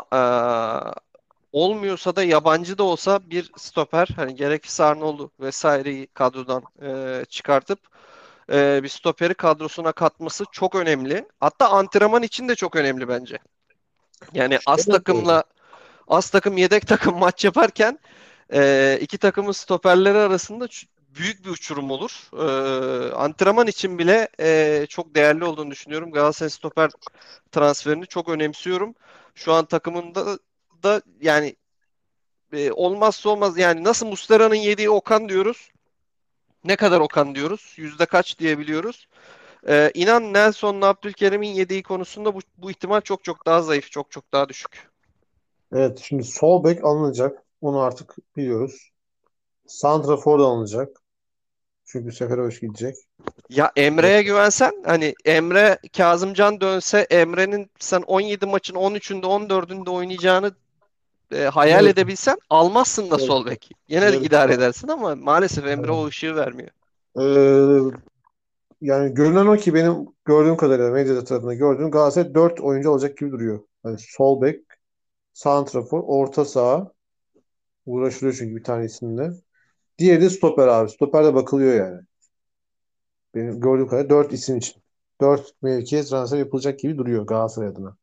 olmuyorsa da yabancı da olsa bir stoper hani gerekirse Arnold'u vesaireyi kadrodan çıkartıp bir stoperi kadrosuna katması çok önemli. Hatta antrenman için de çok önemli bence. Yani Evet, evet. az takım yedek takım maç yaparken iki takımın stoperleri arasında büyük bir uçurum olur. Antrenman için bile çok değerli olduğunu düşünüyorum. Galatasaray stoper transferini çok önemsiyorum. Şu an takımında da yani olmazsa olmaz yani nasıl Muslera'nın yediği Okan diyoruz. Ne kadar Okan diyoruz? Yüzde kaç diyebiliyoruz. İnan Nelson'la Abdülkerim'in yediği konusunda bu ihtimal çok çok daha zayıf, çok çok daha düşük. Evet, şimdi sol bek alınacak. Onu artık biliyoruz. Santrafor da alınacak. Çünkü Seferovic gidecek. Ya Evet. Emre'ye güvensen hani Emre Kazımcan dönse Emre'nin sen 17 maçın 13'ünde 14'ünde oynayacağını hayal Evet. edebilsen almazsın da Evet. sol bek. Yine de Evet. idare edersin ama maalesef Emre o ışığı vermiyor. Ee, Yani görünen o ki benim gördüğüm kadarıyla medya tarafında gördüğüm Galatasaray 4 oyuncu alacak gibi duruyor. Yani sol bek, santrafor, orta saha uğraşılıyor çünkü bir tanesinde. Diğeri de stoper abi. Stoper de bakılıyor yani. Benim gördüğüm kadarıyla 4 isim için. 4 mevkiye transfer yapılacak gibi duruyor Galatasaray adına.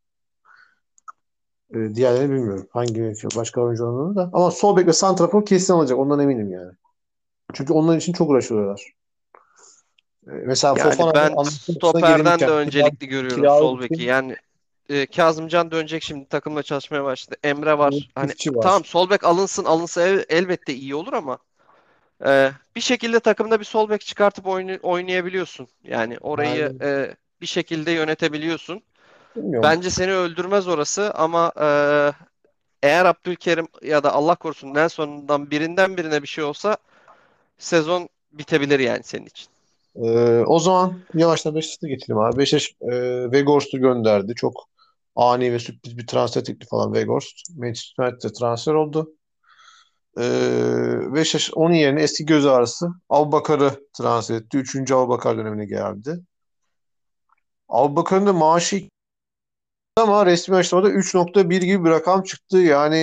Diğerlerini bilmiyorum. Hangi mevki başka oyuncularını da. Ama sol bek ve santrafor kesin alacak. Ondan eminim yani. Çünkü onlar için çok uğraşıyorlar. Mesela Yani Fofana'nın ben anlaşmasına stoperden de gelinmişken öncelikli görüyorum kiralık sol beki. için Yani Kazımcan dönecek şimdi takımla çalışmaya başladı. Emre var. Hani çiftçi tamam var. sol bek alınsın alınsa elbette iyi olur ama bir şekilde takımda bir sol bek çıkartıp oynayabiliyorsun. Yani orayı Yani bir şekilde yönetebiliyorsun. bilmiyorum. Bence seni öldürmez orası ama eğer Abdülkerim ya da Allah korusun Nelson'dan birinden birine bir şey olsa sezon bitebilir yani senin için. O zaman yavaştan Beşiktaş'a geçelim abi. Beşiktaş Weghorst'u gönderdi. Çok ani ve sürpriz bir transfer teklifi falan Weghorst. Manchester United'e transfer oldu. Beşiktaş onun yerine eski göz ağrısı Abubakar'ı transfer etti. Üçüncü Abubakar dönemine geldi. Abubakar'ın da maaşı ama resmi açıklamada 3,1 gibi bir rakam çıktı.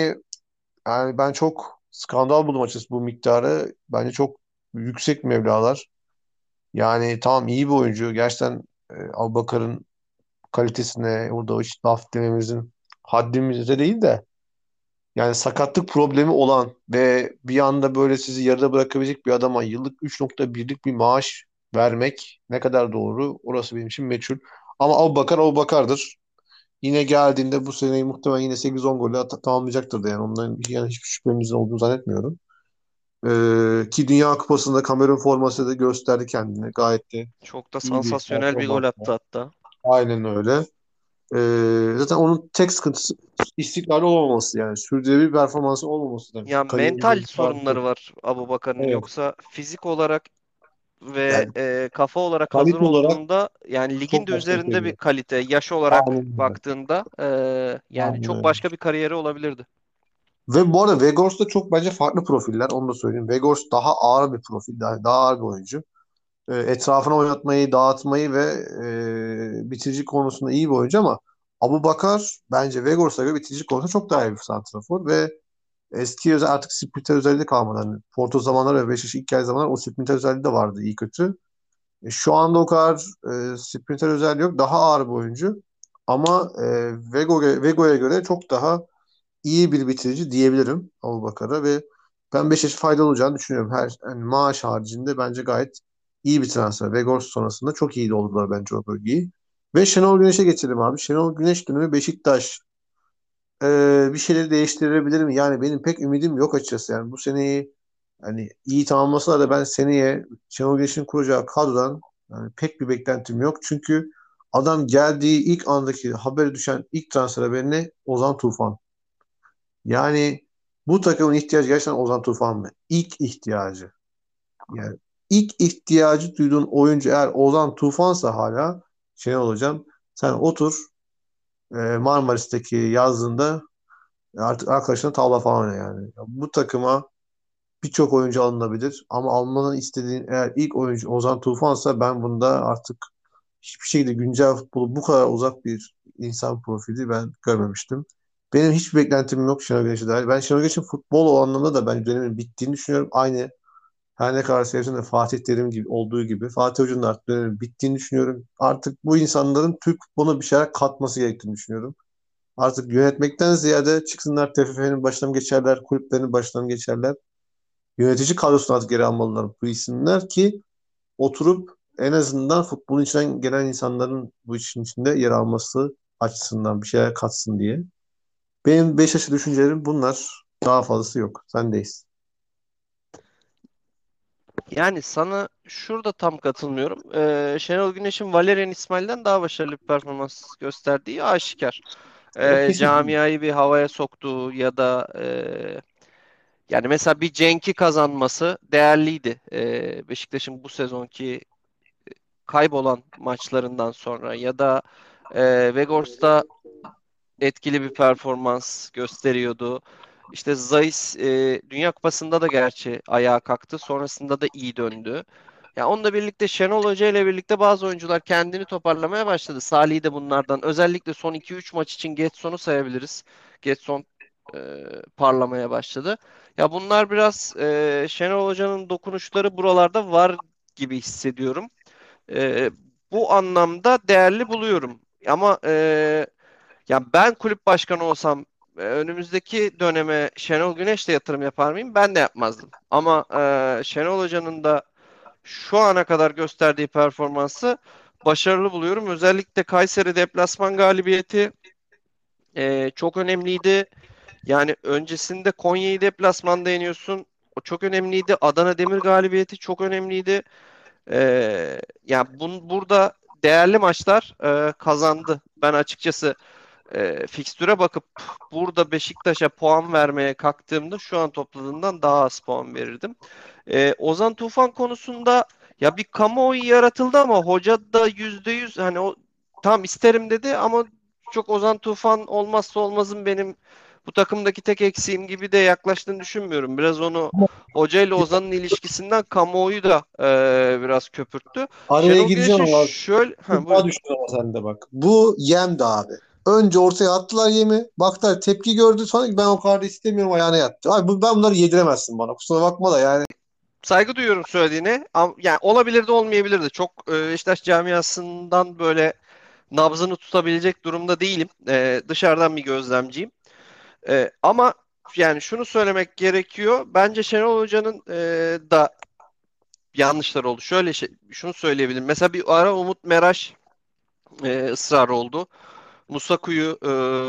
Yani ben çok skandal buldum açıkçası bu miktarı. Bence çok yüksek meblağlar. Yani tamam iyi bir oyuncu. Gerçekten Abubakar'ın kalitesine orada hiç laf dememizin haddimizde değil de yani sakatlık problemi olan ve bir anda böyle sizi yarıda bırakabilecek bir adama yıllık 3,1'lik bir maaş vermek ne kadar doğru orası benim için meçhul. Ama Abubakar Abubakar'dır. Yine geldiğinde bu seneyi muhtemelen yine 8-10 golle tamamlayacaktır da yani ondan yani hiçbir şüphemizin olduğunu zannetmiyorum. Ki Dünya Kupası'nda Kamerun forması da gösterdi kendini. Gayet de Çok da iyi bir sansasyonel bir gol performans attı var. hatta. Aynen öyle. Zaten onun tek sıkıntısı istikrarlı olmaması yani. Sürdürülebilir bir performansı olmaması da Ya mental kariyerinin sorunları var Abubakar'ın evet. yoksa fizik olarak ve Yani kafa olarak hazır kalite olarak olduğunda yani ligin çok de başka üzerinde bir seviye. kalite, yaş olarak Aynen öyle. baktığında yani Aynen çok öyle. başka bir kariyeri olabilirdi. Ve bu arada Vegors'ta çok bence farklı profiller. Onu da söyleyeyim. Vegors daha ağır bir profil. Daha ağır bir oyuncu. Etrafına oynatmayı, dağıtmayı ve bitirici konusunda iyi bir oyuncu ama Abubakar bence Vegors'a göre bitirici konusunda çok daha iyi bir santrafor ve eski özel artık sprinter özelliği kalmadı. Hani Porto zamanları ve Beşiktaş ilk geldiği zamanlar o sprinter özelliği de vardı iyi kötü. Şu anda o kadar sprinter özelliği yok. Daha ağır bir oyuncu. Ama Vego'ya göre çok daha iyi bir bitirici diyebilirim Abubakar'a ve ben Beşiktaş'a faydalı olacağını düşünüyorum. Yani maaş haricinde bence gayet iyi bir transfer. Vegors sonrasında çok iyi oldular bence o bölgeyi. Ve Şenol Güneş'e geçelim abi. Şenol Güneş dönemi Beşiktaş bir şeyleri değiştirebilir mi? Yani benim pek ümidim yok açıkçası. Yani bu seneyi yani iyi tamamlasalar da ben seneye Şenol Güneş'in kuracağı kadrodan yani pek bir beklentim yok. Çünkü adam geldiği ilk andaki haberi düşen ilk transfer haberine Ozan Tufan. Yani bu takımın ihtiyacı gerçekten Ozan Tufan mı? İlk ihtiyacı. Yani ilk ihtiyacı duyduğun oyuncu eğer Ozan Tufan'sa hala Şenol Hocam sen otur Marmaris'teki yazlığında artık arkadaşına tavla falan oyna yani. Ya bu takıma birçok oyuncu alınabilir ama almanı istediğin eğer ilk oyuncu Ozan Tufan'sa ben bunda artık hiçbir şekilde güncel futbolu bu kadar uzak bir insan profili ben görmemiştim. Benim hiçbir beklentim yok Şenol Güneş'e dair. Ben Şenol Güneş'in futbol o anlamda da ben dönemin bittiğini düşünüyorum. Aynı her ne kadar sevsem de Fatih Terim gibi olduğu gibi Fatih Hoca'nın da artık dönemin bittiğini düşünüyorum. Artık bu insanların Türk futboluna bir şeyler katması gerektiğini düşünüyorum. Artık yönetmekten ziyade çıksınlar TFF'nin başına mı geçerler, kulüplerin başına mı geçerler. Yönetici kadrosunu artık geri almalılar bu isimler ki oturup en azından futbolun içinden gelen insanların bu işin içinde yer alması açısından bir şeyler katsın diye. Benim Beşiktaş'ı düşüncelerim bunlar. Daha fazlası yok. Sendeyiz. Yani sana şurada tam katılmıyorum. Şenol Güneş'in Valerian İsmail'den daha başarılı bir performans gösterdiği aşikar. O kesin. Camiayı bir havaya soktuğu ya da yani mesela bir Cenk'i kazanması değerliydi. Beşiktaş'ın bu sezonki kaybolan maçlarından sonra ya da Vegors'ta etkili bir performans gösteriyordu. İşte Zeiss Dünya Kupası'nda da gerçi ayağa kalktı. Sonrasında da iyi döndü. Ya onunla birlikte Şenol Hoca ile birlikte bazı oyuncular kendini toparlamaya başladı. Salih de bunlardan. Özellikle son 2-3 maç için Getson'u sayabiliriz. Getson e, parlamaya başladı. Ya bunlar biraz Şenol Hoca'nın dokunuşları buralarda var gibi hissediyorum. E, Bu anlamda değerli buluyorum. Ama ya ben kulüp başkanı olsam önümüzdeki döneme Şenol Güneş'le yatırım yapar mıyım? Ben de yapmazdım. Ama Şenol Hoca'nın da şu ana kadar gösterdiği performansı başarılı buluyorum. Özellikle Kayseri deplasman galibiyeti çok önemliydi. Yani öncesinde Konya'yı deplasmanda yeniyorsun. O çok önemliydi. Adana Demir galibiyeti çok önemliydi. Yani burada değerli maçlar kazandı. Ben açıkçası fikstüre bakıp burada Beşiktaş'a puan vermeye kalktığımda şu an topladığından daha az puan verirdim. Ozan Tufan konusunda ya bir kamuoyu yaratıldı ama hoca da %100 hani o tam isterim dedi ama çok Ozan Tufan olmazsa olmazım benim bu takımdaki tek eksiğim gibi de yaklaştığını düşünmüyorum. Biraz onu hoca ile Ozan'ın ilişkisinden kamuoyu da biraz köpürttü. Araya Şenol gireceğim Güneş'in ama şöyle tuzağa buyur. düştün ama sen de bak. Bu yemdi abi. Önce ortaya attılar yemi. Baktılar tepki gördü. Sonra ben o kadar da istemiyorum ayağına yattı. Abi ben bunları yediremezsin bana. Kusura bakma da yani. Saygı duyuyorum söylediğine. Yani olabilir de olmayabilir de. Çok Beşiktaş camiasından böyle nabzını tutabilecek durumda değilim. Dışarıdan bir gözlemciyim. Ama yani şunu söylemek gerekiyor. Bence Şenol Hoca'nın da yanlışları oldu. Şunu söyleyebilirim. Mesela bir ara Umut Meraş ısrar oldu. Musaku'yu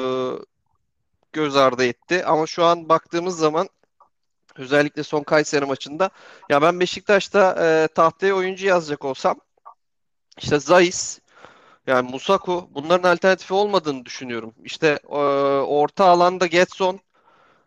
göz ardı etti. Ama şu an baktığımız zaman özellikle son Kayseri maçında ya ben Beşiktaş'ta tahtaya oyuncu yazacak olsam işte Zeiss yani Musaku bunların alternatifi olmadığını düşünüyorum. İşte orta alanda Getson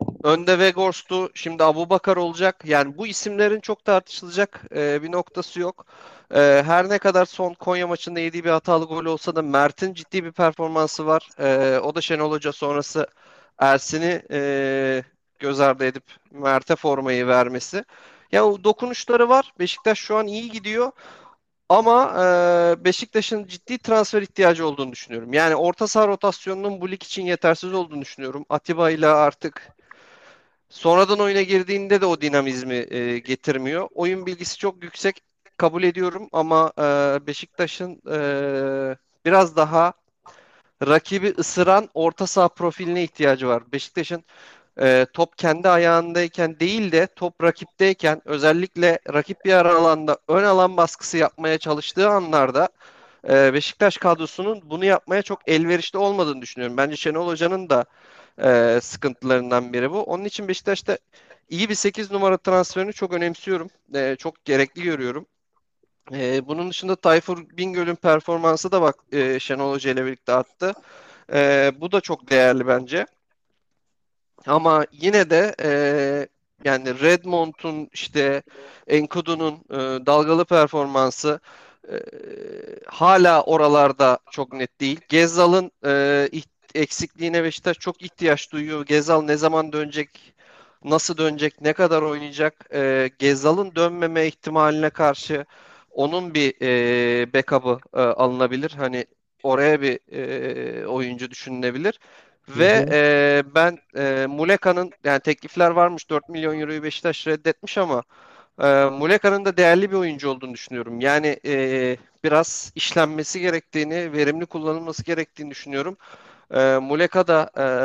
Önde Weghorst'u, şimdi Abubakar olacak. Yani bu isimlerin çok tartışılacak bir noktası yok. Her ne kadar son Konya maçında yediği bir hatalı gol olsa da Mert'in ciddi bir performansı var. O da Şenol Hoca sonrası Ersin'i göz ardı edip Mert'e formayı vermesi. Ya o dokunuşları var. Beşiktaş şu an iyi gidiyor. Ama Beşiktaş'ın ciddi transfer ihtiyacı olduğunu düşünüyorum. Yani orta saha rotasyonunun bu lig için yetersiz olduğunu düşünüyorum. Atiba ile artık sonradan oyuna girdiğinde de o dinamizmi getirmiyor. Oyun bilgisi çok yüksek, kabul ediyorum, ama Beşiktaş'ın biraz daha rakibi ısıran orta saha profiline ihtiyacı var. Beşiktaş'ın top kendi ayağındayken değil de top rakipteyken, özellikle rakip bir ara alanda ön alan baskısı yapmaya çalıştığı anlarda Beşiktaş kadrosunun bunu yapmaya çok elverişli olmadığını düşünüyorum. Bence Şenol Hoca'nın da sıkıntılarından biri bu. Onun için Beşiktaş'ta iyi bir 8 numara transferini çok önemsiyorum. Çok gerekli görüyorum. Bunun dışında Tayfur Bingöl'ün performansı da bak Şenol Hoca ile birlikte attı. Bu da çok değerli bence. Ama yine de yani Redmond'un, işte Enkudu'nun dalgalı performansı e, hala oralarda çok net değil. Gezal'ın eksikliğine Beşiktaş çok ihtiyaç duyuyor. Gezal ne zaman dönecek, nasıl dönecek, ne kadar oynayacak? Gezal'ın dönmeme ihtimaline karşı onun bir backup'ı alınabilir. Hani oraya bir oyuncu düşünülebilir. Hı Ve hı. ben Muleka'nın, yani teklifler varmış, 4 milyon euroyu Beşiktaş reddetmiş, ama Muleka'nın da değerli bir oyuncu olduğunu düşünüyorum. Yani biraz işlenmesi gerektiğini, verimli kullanılması gerektiğini düşünüyorum. Muleka da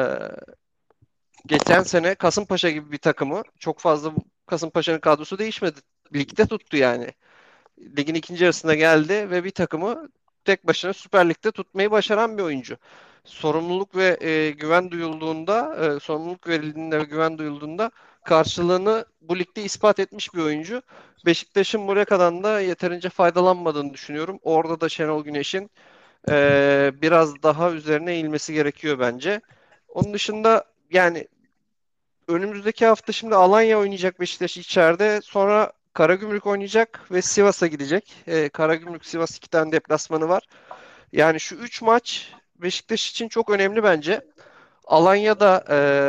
geçen sene Kasımpaşa gibi bir takımı, çok fazla Kasımpaşa'nın kadrosu değişmedi. Ligde tuttu yani. Ligin ikinci yarısına geldi ve bir takımı tek başına Süper Lig'de tutmayı başaran bir oyuncu. Sorumluluk ve güven duyulduğunda, sorumluluk verildiğinde ve güven duyulduğunda karşılığını bu ligde ispat etmiş bir oyuncu. Beşiktaş'ın buraya kadar da yeterince faydalanmadığını düşünüyorum. Orada da Şenol Güneş'in biraz daha üzerine eğilmesi gerekiyor bence. Onun dışında yani önümüzdeki hafta şimdi Alanya oynayacak Beşiktaş içeride. Sonra Karagümrük oynayacak ve Sivas'a gidecek. Karagümrük, Sivas, iki tane deplasmanı var. Yani şu üç maç Beşiktaş için çok önemli bence. Alanya'da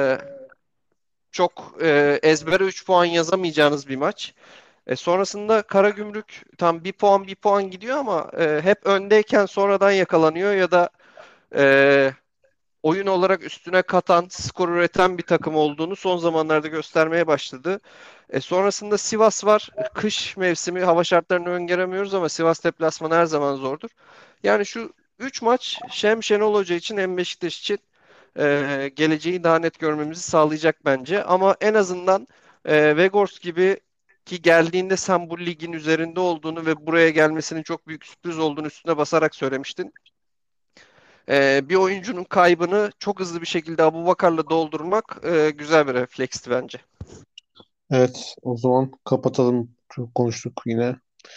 çok ezbere 3 puan yazamayacağınız bir maç. Sonrasında Karagümrük tam bir puan bir puan gidiyor, ama hep öndeyken sonradan yakalanıyor ya da e, oyun olarak üstüne katan, skor üreten bir takım olduğunu son zamanlarda göstermeye başladı. Sonrasında Sivas var. Kış mevsimi, hava şartlarını öngöremiyoruz, ama Sivas deplasmanı her zaman zordur. Yani şu 3 maç hem Şenol Hoca için hem Beşiktaş için geleceği daha net görmemizi sağlayacak bence. Ama en azından Weghorst gibi, ki geldiğinde sen bu ligin üzerinde olduğunu ve buraya gelmesinin çok büyük sürpriz olduğunu üstüne basarak söylemiştin. Bir oyuncunun kaybını çok hızlı bir şekilde Abubakar'la doldurmak güzel bir refleksti bence. Evet, o zaman kapatalım. Çok konuştuk yine.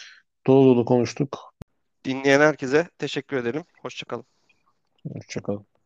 Dolu dolu konuştuk. Dinleyen herkese teşekkür ederim. Hoşça kalın. Hoşça kal.